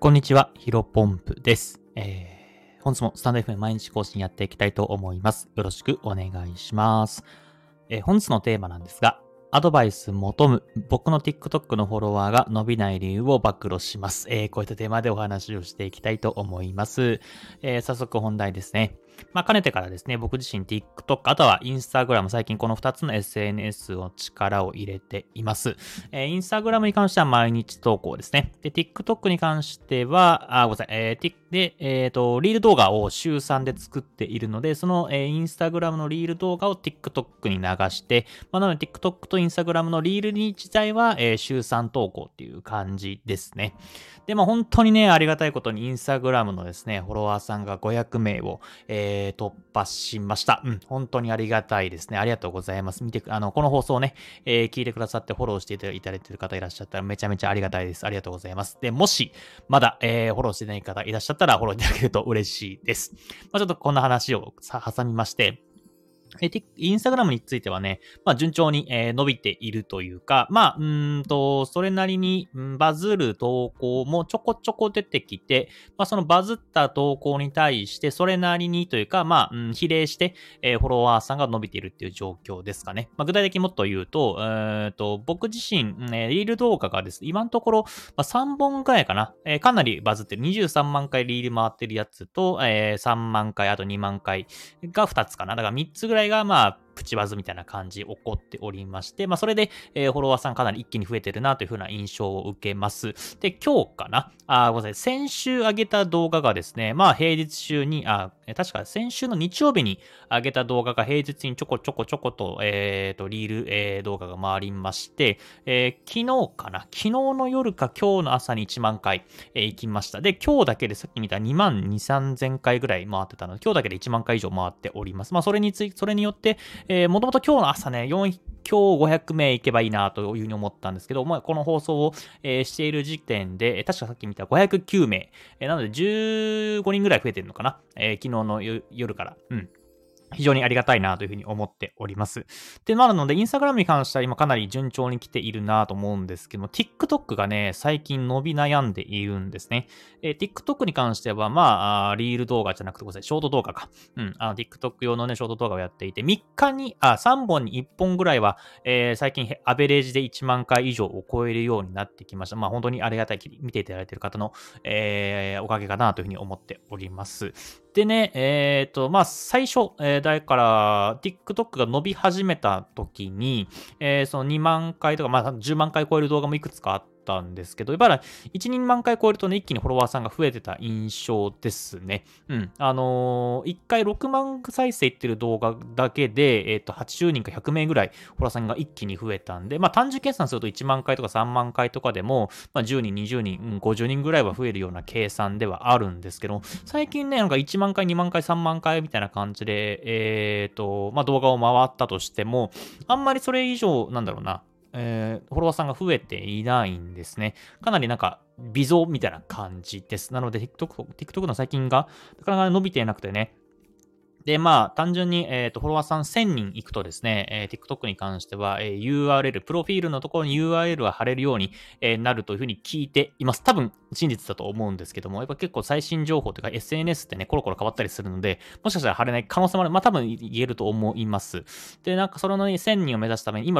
こんにちは、ヒロポンプです。本日もスタンド FM 毎日更新やっていきたいと思います。よろしくお願いします。本日のテーマなんですが、アドバイス求む僕の TikTok のフォロワーが伸びない理由を暴露します。こういったテーマでお話をしていきたいと思います。早速本題ですね。かねてからですね、僕自身 TikTok、あとは Instagram、最近この2つの SNS を力を入れています。Instagram に関しては毎日投稿ですね。で、TikTok に関しては、ごめんなさい、リール動画を週3で作っているので、その、Instagram のリール動画を TikTok に流して、なので TikTok と Instagram のリールに自体は、週3投稿っていう感じですね。で、本当にね、ありがたいことに Instagram のですね、フォロワーさんが500名を、突破しました。本当にありがたいですね。ありがとうございます。この放送をね、聞いてくださってフォローしていただいている方いらっしゃったらめちゃめちゃありがたいです。ありがとうございます。で、もし、まだ、フォローしてない方いらっしゃったらフォローいただけると嬉しいです。ちょっとこんな話を挟みまして、インスタグラムについてはね、順調に、伸びているというか、それなりに、バズる投稿もちょこちょこ出てきて、そのバズった投稿に対して、それなりにというか、比例して、フォロワーさんが伸びているっていう状況ですかね。具体的にもっと言うと、僕自身、リール動画がですね、今のところ、3本くらいかな、かなりバズってる。23万回リール回ってるやつと、3万回、あと2万回が2つかな。だから3つぐらいがプチバズみたいな感じ起こっておりまして、それで、フォロワーさんかなり一気に増えてるなという風な印象を受けます。で、今日かなごめんなさい。先週上げた動画がですね、平日週に、確か先週の日曜日に上げた動画が平日にちょこちょこと、リール、動画が回りまして、昨日の夜か今日の朝に1万回、行きました。で、今日だけでさっき見た2万2、3000回ぐらい回ってたので、今日だけで1万回以上回っております。それによって、もともと今日の朝ね、今日500名いけばいいなというふうに思ったんですけど、この放送を、している時点で、確かさっき見た509名、なので15人ぐらい増えてるのかな、昨日の夜から。非常にありがたいなというふうに思っております。で、なので、インスタグラムに関しては今かなり順調に来ているなと思うんですけども、TikTok がね、最近伸び悩んでいるんですね。TikTok に関しては、リール動画じゃなくてごめんなさい、ショート動画か。TikTok 用のね、ショート動画をやっていて、3本に1本ぐらいは、最近アベレージで1万回以上を超えるようになってきました。本当にありがたい、見ていただいている方の、おかげかなというふうに思っております。でね、最初、だから、TikTok が伸び始めた時に、その2万回とか、10万回超える動画もいくつかあったんですけど、やっぱり1、2万回超えるとね、一気にフォロワーさんが増えてた印象ですね。1回6万再生いってる動画だけで、80人か100名ぐらいフォロワーさんが一気に増えたんで、単純計算すると1万回とか3万回とかでも、10人、20人、50人ぐらいは増えるような計算ではあるんですけど、最近ね、なんか1万回、2万回、3万回みたいな感じで、動画を回ったとしても、あんまりそれ以上、フォロワーさんが増えていないんですね。かなりなんか、微増みたいな感じです。なので、TikTok の最近が、なかなか伸びていなくてね、で、単純に、フォロワーさん1000人いくとですね、TikTok に関しては、URL、プロフィールのところに URL が貼れるように、なるというふうに聞いています。多分、真実だと思うんですけども、やっぱ結構最新情報というか SNS ってね、コロコロ変わったりするので、もしかしたら貼れない可能性もある。多分言えると思います。で、その1000人を目指すために、今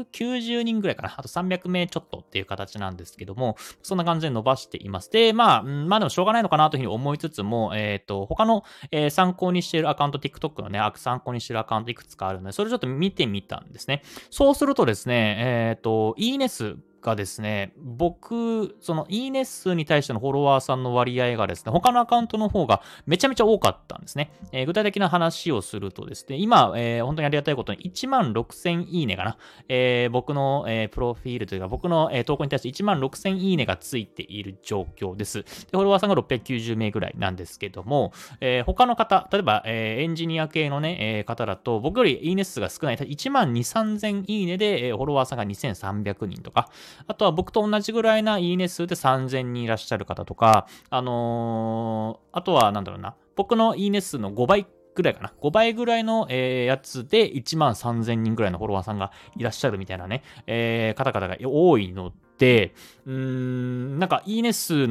690人ぐらいかな。あと300名ちょっとっていう形なんですけども、そんな感じで伸ばしています。で、でもしょうがないのかなというふうに思いつつも、他の、参考にしているアカウント、TikTok のね、参考にしているアカウントいくつかあるので、それちょっと見てみたんですね。そうするとですね、いいね数がですね、そのいいね数に対してのフォロワーさんの割合がですね、他のアカウントの方がめちゃめちゃ多かったんですね。具体的な話をするとですね、今、本当にありがたいことに1万6000いいねかな。僕の、プロフィールというか、僕の、投稿に対して1万6000いいねがついている状況です。で、フォロワーさんが690名ぐらいなんですけども、他の方、例えば、エンジニア系のね、方だと、僕よりいいね数が少ない、1万2、3000いいねで、フォロワーさんが2300人とか、あとは僕と同じぐらいないいね数で3000人いらっしゃる方とか、あとは僕のいいね数の5倍ぐらいかな。5倍ぐらいの、やつで1万3000人ぐらいのフォロワーさんがいらっしゃるみたいなね、方々が多いので、なんかいいね数の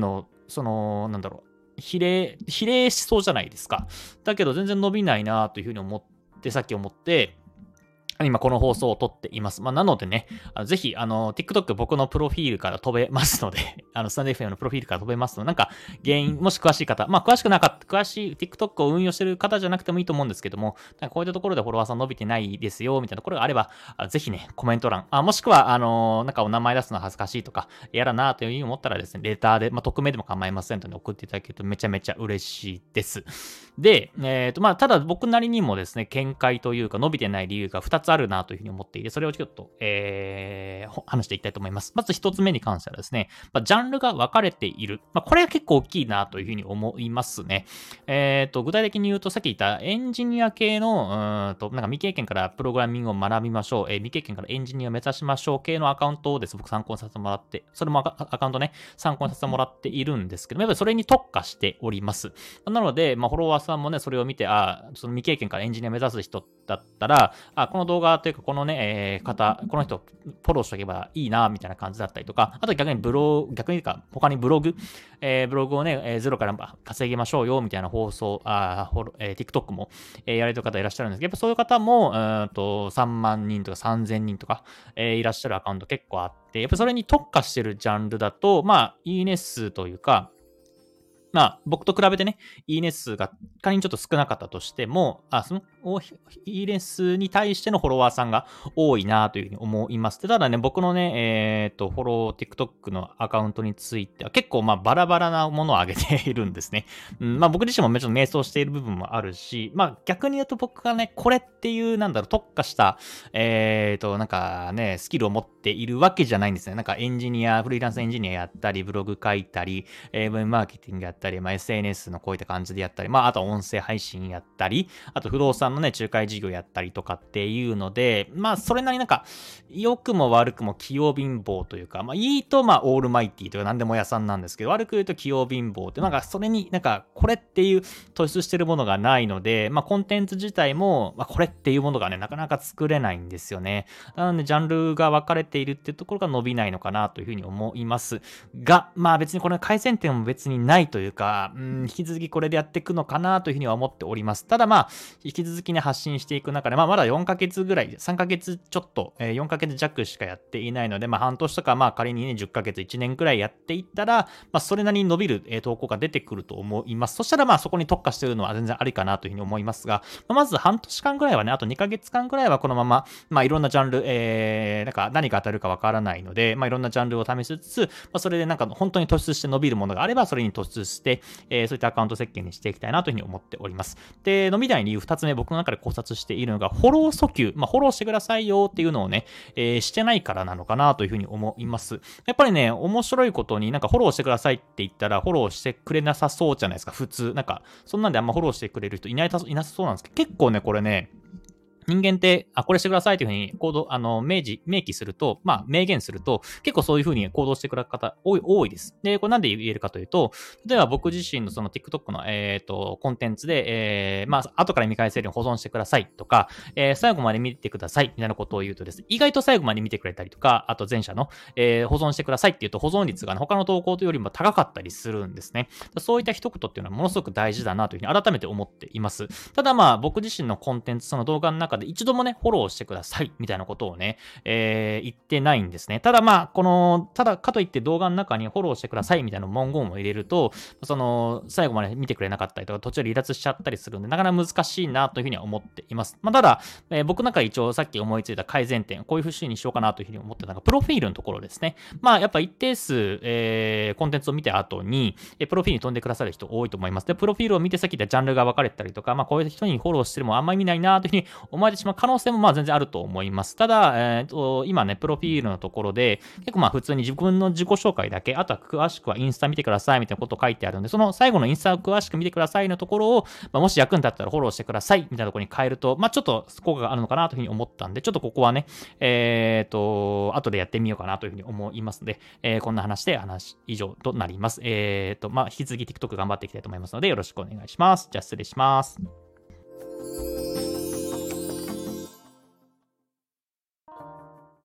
なんだろう、比例しそうじゃないですか。だけど全然伸びないなというふうにさっき思って、今この放送を撮っています。なのでね、ぜひ、TikTok 僕のプロフィールから飛べますので、スタンド FM のプロフィールから飛べますので、なんか、原因、もし詳しい方、詳しい TikTok を運用してる方じゃなくてもいいと思うんですけども、なんかこういったところでフォロワーさん伸びてないですよ、みたいなところがあれば、ぜひね、コメント欄、もしくは、なんかお名前出すの恥ずかしいとか、嫌だなというふうに思ったらですね、レターで、匿名でも構いませんので送っていただけるとめちゃめちゃ嬉しいです。で、ただ僕なりにもですね、見解というか伸びてない理由が2つあるなというふうに思っていて、それをちょっと、話していきたいと思います。まず1つ目に関してはですね、ジャンルが分かれている。これは結構大きいなというふうに思いますね。具体的に言うと、さっき言ったエンジニア系の、なんか未経験からプログラミングを学びましょう、未経験からエンジニアを目指しましょう系のアカウントをですね、僕参考にさせてもらって、それもアカウントね、参考にさせてもらっているんですけども、やっぱりそれに特化しております。なので、フォロワーさんもね、それを見て、その未経験からエンジニアを目指す人だったら、この動画というか、このね、この人フォローしておけばいいな、みたいな感じだったりとか、あと逆に他にブログをね、ゼロから稼ぎましょうよ、みたいな放送、TikTok も、やられてる方いらっしゃるんですけど、やっぱそういう方も、3万人とか3000人とか、いらっしゃるアカウント結構あって、やっぱそれに特化してるジャンルだと、いいね数というか、僕と比べてね、いいね数が仮にちょっと少なかったとしても、いいね数に対してのフォロワーさんが多いなというふうに思います。ただね、僕のね、フォロー TikTok のアカウントについては結構バラバラなものを上げているんですね。僕自身ももちろん迷走している部分もあるし、逆に言うと僕がね、これっていう特化した、なんかね、スキルを持っているわけじゃないんですね。なんかフリーランスエンジニアやったり、ブログ書いたり、マーケティングやったり、SNS のこういった感じでやったり、あと音声配信やったり、あと不動産のね、仲介事業やったりとかっていうので、それなりなんか、良くも悪くも器用貧乏というか、いいとオールマイティというか何でも屋さんなんですけど、悪く言うと器用貧乏って、なんかそれになんかこれっていう突出してるものがないので、コンテンツ自体も、これっていうものがね、なかなか作れないんですよね。なので、ジャンルが分かれているっていうところが伸びないのかなというふうに思いますが、別にこれ改善点も別にないというか、引き続きこれでやっていくのかなというふうには思っております。ただ引き続きね、発信していく中で、まだ4ヶ月ぐらい、3ヶ月ちょっと、4ヶ月弱しかやっていないので、半年とか、仮にね、10ヶ月、1年くらいやっていったら、それなりに伸びる、投稿が出てくると思います。そしたらそこに特化しているのは全然ありかなというふうに思いますが、まず半年間ぐらいはね、あと2ヶ月間ぐらいはこのまま、いろんなジャンル、なんか何が当たるかわからないので、いろんなジャンルを試しつつ、それでなんか本当に突出して伸びるものがあれば、それに突出して、そういったアカウント設計にしていきたいなというふうに思っております。で、伸びない理由2つ目、僕の中で考察しているのが、フォロー訴求、フォローしてくださいよっていうのをね、してないからなのかなというふうに思います。やっぱりね、面白いことになんかフォローしてくださいって言ったら、フォローしてくれなさそうじゃないですか、普通。なんか、そんなんであんまフォローしてくれる人いなさそうなんですけど、結構ね、これね、人間って、これしてくださいというふうに明記すると、明言すると、結構そういうふうに行動してくれる方多いです。で、これなんで言えるかというと、例えば僕自身のその TikTok の、コンテンツで、後から見返せるように保存してくださいとか、最後まで見てくださいみたいなことを言うとですね、意外と最後まで見てくれたりとか、あと前者の、保存してくださいって言うと保存率が、ね、他の投稿よりも高かったりするんですね。そういった一言っていうのはものすごく大事だなというふうに改めて思っています。ただ僕自身のコンテンツ、その動画の中で一度もね、フォローしてくださいみたいなことをね、言ってないんですね。ただかといって動画の中にフォローしてくださいみたいな文言を入れると、最後まで見てくれなかったりとか、途中で離脱しちゃったりするんで、なかなか難しいなというふうには思っています。ただ、僕の中で一応さっき思いついた改善点、こういうふうにしようかなというふうに思ってたのが、プロフィールのところですね。やっぱ一定数、コンテンツを見た後に、プロフィールに飛んでくださる人多いと思います。で、プロフィールを見てさっき言ったジャンルが分かれたりとか、こういう人にフォローしてるもあんまり見ないなというふうに思われてしまう可能性も全然あると思います。ただ、今ね、プロフィールのところで、結構普通に自分の自己紹介だけ、あとは詳しくはインスタ見てくださいみたいなことを書いてあるので、その最後のインスタを詳しく見てくださいのところを、もし役に立ったらフォローしてくださいみたいなところに変えると、ちょっと効果があるのかなというふうに思ったんで、ちょっとここはね、後でやってみようかなというふうに思いますので、こんな話で以上となります。引き続き TikTok 頑張っていきたいと思いますので、よろしくお願いします。じゃあ失礼します。